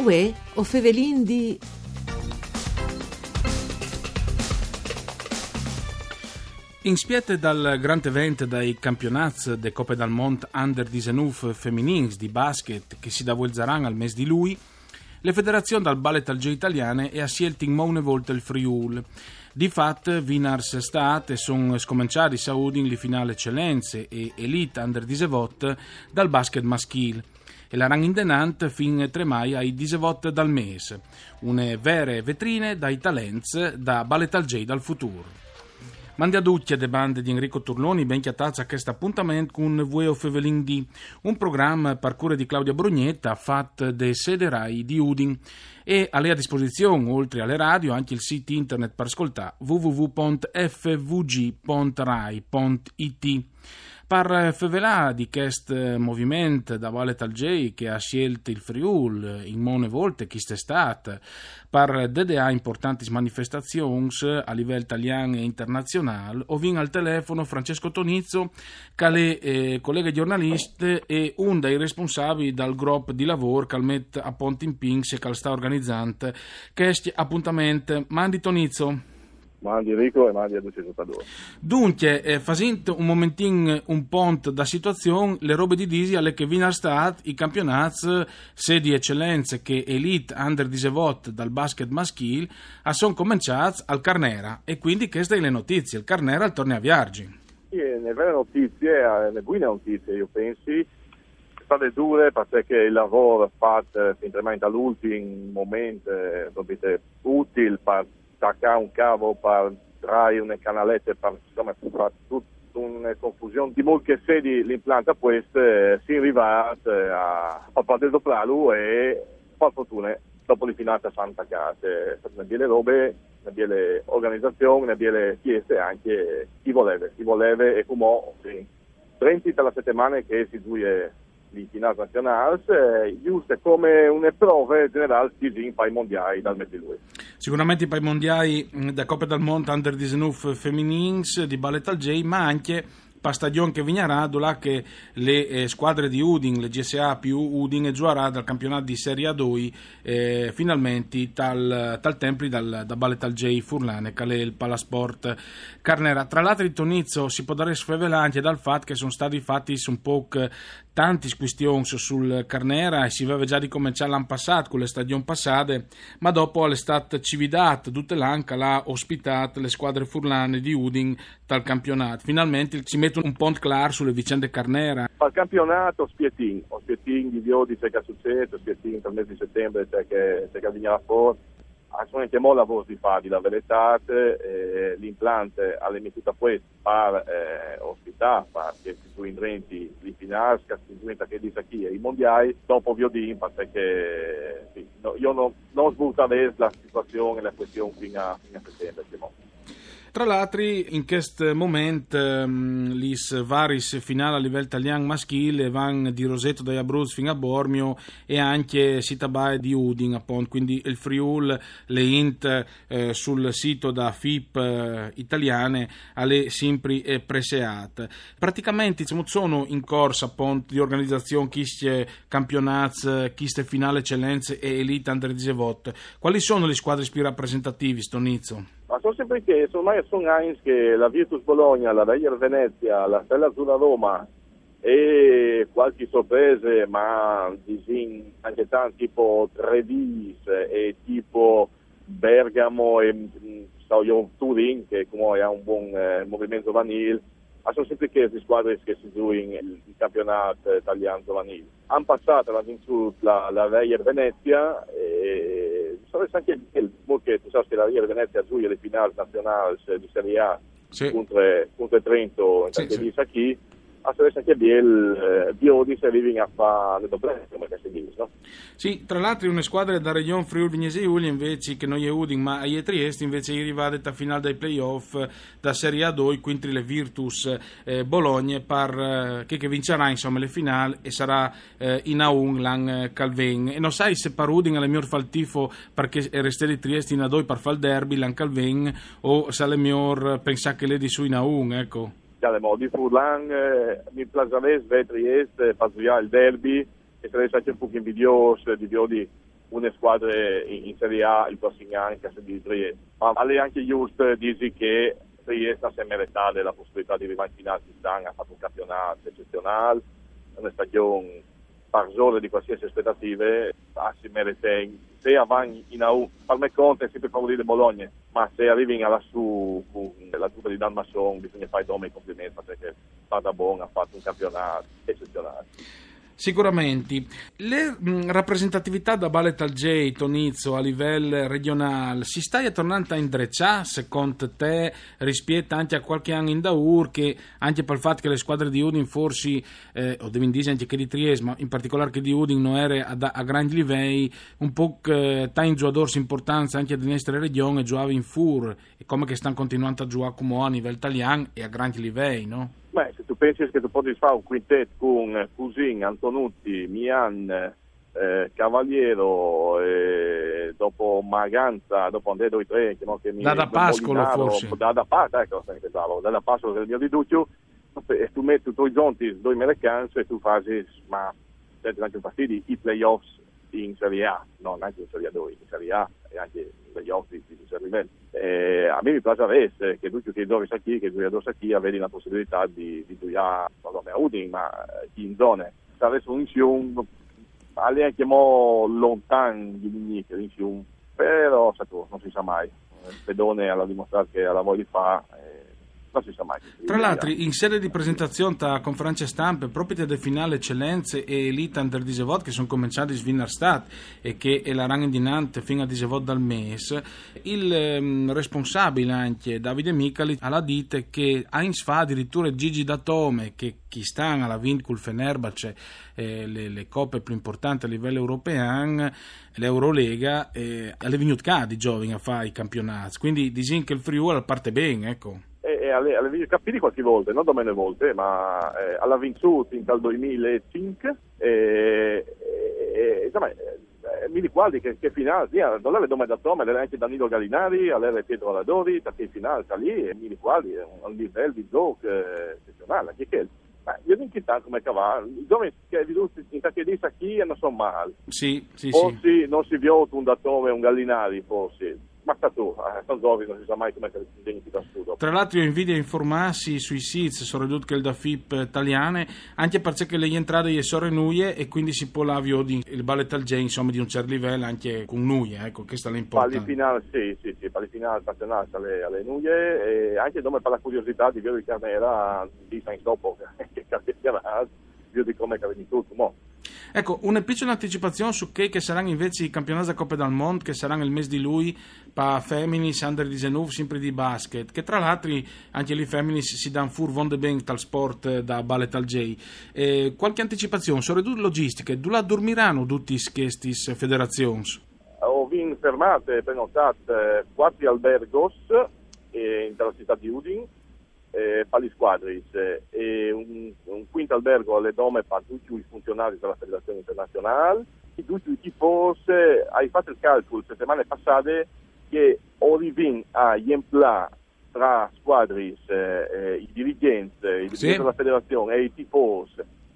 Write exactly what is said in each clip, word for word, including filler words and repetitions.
Uè, o Fevelin di... Inspiete dal Grand Event dai campionats de Coppe del Mont Under diciannove femminins di basket che si davvolgeranno al mese di lui, le federazioni dal ballet al G italiane e a scelto una volta il Friul. Di fatto, Vinars Stat sono scominciati Saudi in le finale eccellenze e Elite Under diciotto dal basket maschile e la rang indenant fin tre mai ai diciotto dal mese, une vere vetrine dai talents da ballet al G dal futuro. Mandi a duccia de bande di Enrico Turloni, ben chiatazza a questo appuntamento con Vueo Fevelin di, un programma parcure di Claudia Brugnetta fatto de sede Rai di Udin e a lei a disposizione, oltre alle radio, anche il sito internet per ascoltare w w w punto f v g punto rai punto i t. Per fevelà di questo movimento da Valle al G che ha scelto il Friul in mone volte chi sta stato, per D D A importanti manifestazioni a livello italiano e internazionale, ho vinto al telefono Francesco Tonizzo, che è eh, collega giornalista e un dei responsabili dal gruppo di lavoro che mette a Ponte in Pinks e che sta organizzando questo appuntamento. Mandi Tonizzo. Mandi Enrico e mandi a tutti i giocatori. Dunque, eh, facendo un momentino un ponte da situazione, le robe di Disi alle che vincono stat i campionati sedi eccellenze che Elite Under diciotto dal basket maschile sono cominciati al Carnera e quindi queste sono le notizie, il Carnera al torneo a Viargi. Sì, le vere notizie, le buone notizie io pensi, state dure perché il lavoro fatto finalmente all'ultimo momento è utile per staccare un cavo per trarre una canalette per insomma fare tutta una confusione di molte sedi l'impianto a questo eh, si è arrivato eh, a, a partire dopo e per fortuna dopo le finanze sono attaccate ne abbiamo le robe, ne abbiamo le organizzazioni, ne abbiamo le chiese anche chi voleva, chi voleva e come sì. trenta la settimana che si giuie di finale nazionale, eh, giusto come una prova generale di per i mondiali dal mese di lui. Sicuramente per i mondiali da Coppa del Mondo Under diciannove femminins di ballet al G, ma anche per stagione che vignerà, là che le eh, squadre di Udin, le G S A più Udin, giocherà dal campionato di Serie A due eh, finalmente tal, tal templi dal, da ballet al G Furlane, che è il Palasport Carnera. Tra l'altro di Tonizzo si può dare sfevelare anche dal fatto che sono stati fatti un po' tanti questioni sul Carnera e si aveva già di cominciare l'anno passato con le stagioni passate, ma dopo l'estate cividat tutte l'anca l'ha ospitato le squadre furlane di Udin dal campionato. Finalmente si mettono un po' chiaro sulle vicende Carnera. Al campionato spietin, o spietin di Viodi c'è che succede, spietin per il mese di settembre c'è che c'è che vignerà fuori. Assolutamente molto lavoro si fa di la verità, eh, l'implante all'emettuta questo per eh, ospitare, perché si sono in trenti di finale, si diventa che dice chi i mondiali, dopo Viodin, perché sì, no, io non, non svuotarei la situazione, la questione fino a, fino a settembre. Diciamo. Tra l'altro, in questo momento, um, le varie finali a livello italiano maschile vanno di Roseto da Abruzzo fino a Bormio e anche Sitabae di Udin, appunto. Quindi il Friul, le int eh, sul sito da F I P eh, italiane, alle sempre eh, preseate. Praticamente diciamo, sono in corsa appunto, di organizzazione queste campionati, queste finali eccellenze e Elite Under diciotto. Quali sono le squadre più rappresentative, Stonizzo? Ma sono sempre che, ormai sono anni che la Virtus Bologna, la Bayer Venezia, la Stella Azzurra Roma e qualche sorprese, ma anche tanti tipo Trevis e tipo Bergamo e so io, Turin, che come ha un buon eh, movimento giovanile. Ma sono sempre che le squadre che si giocano il campionato italiano giovanile. Hanno passato, hanno vinto la, la Bayer Venezia e sarebbe anche il perché tu sai che la Bayer Venezia gioca le finali nazionali di Serie A sì. contro, contro Trento in sì, sì. Qui a sarebbe anche il Biodi se arrivi a fare le doble come si dice, no? Sì, tra l'altro una squadra da Regione Friuli Vignese Giulia invece che non è Udin ma a Trieste invece è arrivata a finale dei playoff da Serie A due quindi le Virtus eh, Bologna per eh, che, che vincerà insomma le finali e sarà eh, in Aung Lang Calvin e non sai se per Udin alle miglior fa il tifo perché restare Trieste in A due per fare il derby Lang Calvin o se alle miglior pensa che le di su in Aung ecco. Di Furlan eh, mi piacerebbe vedere Trieste per il derby e sarei anche un po' invidioso di Viodi una squadra in, in Serie A il prossimo anno che si di Trieste. Ma è anche giusto dire che Trieste si merita la possibilità di arrivare in finale di Stan, ha fatto un campionato eccezionale, una stagione parzole di qualsiasi aspettative, si merita se avanti in A U, per me conta è sempre favorire Bologna, ma se arrivi lassù con la truppa di Dan Masson bisogna fare nome i complimenti perché Paderborn ha fatto un campionato eccezionale. Sicuramente. Le mh, rappresentatività da Ballet Algei, Tonizzo, a livello regionale, si sta tornando a indrecciare, secondo te, rispetto anche a qualche anno in Daur, che anche per il fatto che le squadre di Udin forse, eh, o devo dire anche che di Trieste, ma in particolare che di Udin non era a, a grandi livelli, un po' che ta in giocatori importanza anche di nostra regione, giocava in Fur, e come che stanno continuando a giocare come a livello italiano e a grandi livelli, no? Beh, se tu pensi che tu potresti fare un quintetto con Cusin, Antonutti, Mian, eh, Cavaliero, eh, dopo Maganza, dopo Andrea due tre, che, no, che mi, da da Pascolo forse. Da da Pascolo, ecco, se ne pensavo, da da Pascolo che è il mio riduccio, e tu metti tutti i giorni, due americani e tu fai, ma senti anche un fastidio, i playoffs in Serie A, no, non anche in Serie A due, in Serie A e anche in playoffs di, di, di Serie livello. Eh, a me mi piace avere che tutti i due Sacchi, che due a Sacchi avere la possibilità di, di giocare a Udin, ma chi in zone sarebbe un insieme, alle anche mo lontano di l'insieme, però sa tu, non si sa mai. Il pedone alla dimostrare che alla voglia fa. Eh, Non si sa mai. Tra l'altro, in sede di presentazione da conferenze stampe proprio del finale Eccellenze e Elite Under Disevot che sono cominciati a Svinarstad e che è la rang di Nantes fino a Disevot dal mese, il ehm, responsabile anche Davide Micali ha detto che Heinz fa addirittura Gigi Datome che chi sta alla vinta col Fenerbahce eh, le, le coppe più importanti a livello europeo, l'Eurolega, eh, alle venuti di giovani a fare i campionati, quindi dicono che il Friuli parte bene, ecco. E alle, alle capiti qualche volta, non domene volte, ma eh, alla vinzuta in tal duemilacinque e, e, e insomma, eh, mi ricordo che, che finale, yeah, non era Dome da Tome, era anche Danilo Gallinari, era Pietro Aladori, perché il finale sta lì e mi ricordo è un, un livello di gioco eh, eccezionale, anche che ma io non chiedo come cavallo, dove che in tacchedista chi non so male. Sì, sì, forse sì. Non si vio un Datome e un Gallinari, forse. Ma sta tu, eh, sono giovani, non si sa mai come si da studio. Tra l'altro io invidio informarsi sui siti, soprattutto che il da F I P italiane, anche perché le entrate e sono nuie e quindi si può lavio di il ballet al gen, insomma di un certo livello anche con nuie, ecco, questa è l'importante. Palli finale, sì, sì, sì, palli finale nazionale alle, alle nuie e anche dove per la curiosità di Vio di Carnera di San dopo che capirà, Vio di come è tutto, mo. Ecco, una piccola anticipazione su che, che saranno invece i campionati da Coppa del Mondo, che saranno il mese di lui per Feminis, Under diciannove, sempre di basket, che tra l'altro anche lì Feminis si danno fur von de ben tal sport da Ballet Algei. Eh, qualche anticipazione, sono due logistiche, dove dormiranno tutti queste federazioni? Ho vinto fermate, prenotate quattro albergos eh, nella città di Udin, Eh, per le squadre eh, e un, un quinto albergo alle dome per tutti i funzionari della federazione internazionale e tutti i tifosi hai fatto il calcolo settimane passate che arrivano a Jempla tra squadre eh, i dirigenti i dirigenti sì. della federazione e i tifosi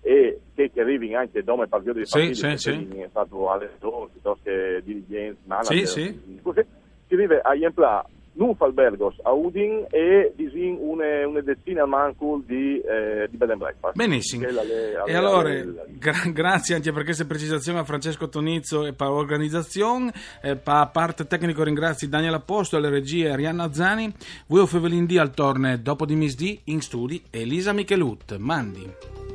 e che, che arrivano anche dome per via delle sì, partite sì, che sì. è stato allenatore piuttosto che dirigenti sì, manager sì. Così, si arriva a Jempla non fa albergos a Udin e disin una, una decina mancul di, eh, di bed and breakfast. Benissimo. Le, le, e allora, gra- grazie anche per questa precisazione a Francesco Tonizzo e per l'organizzazione. Eh, per parte tecnico ringrazio Daniele Apostolo, alle regie Arianna Zani. Voi o Fevelin D al torne dopo di misdì in studi Elisa Michelut. Mandi.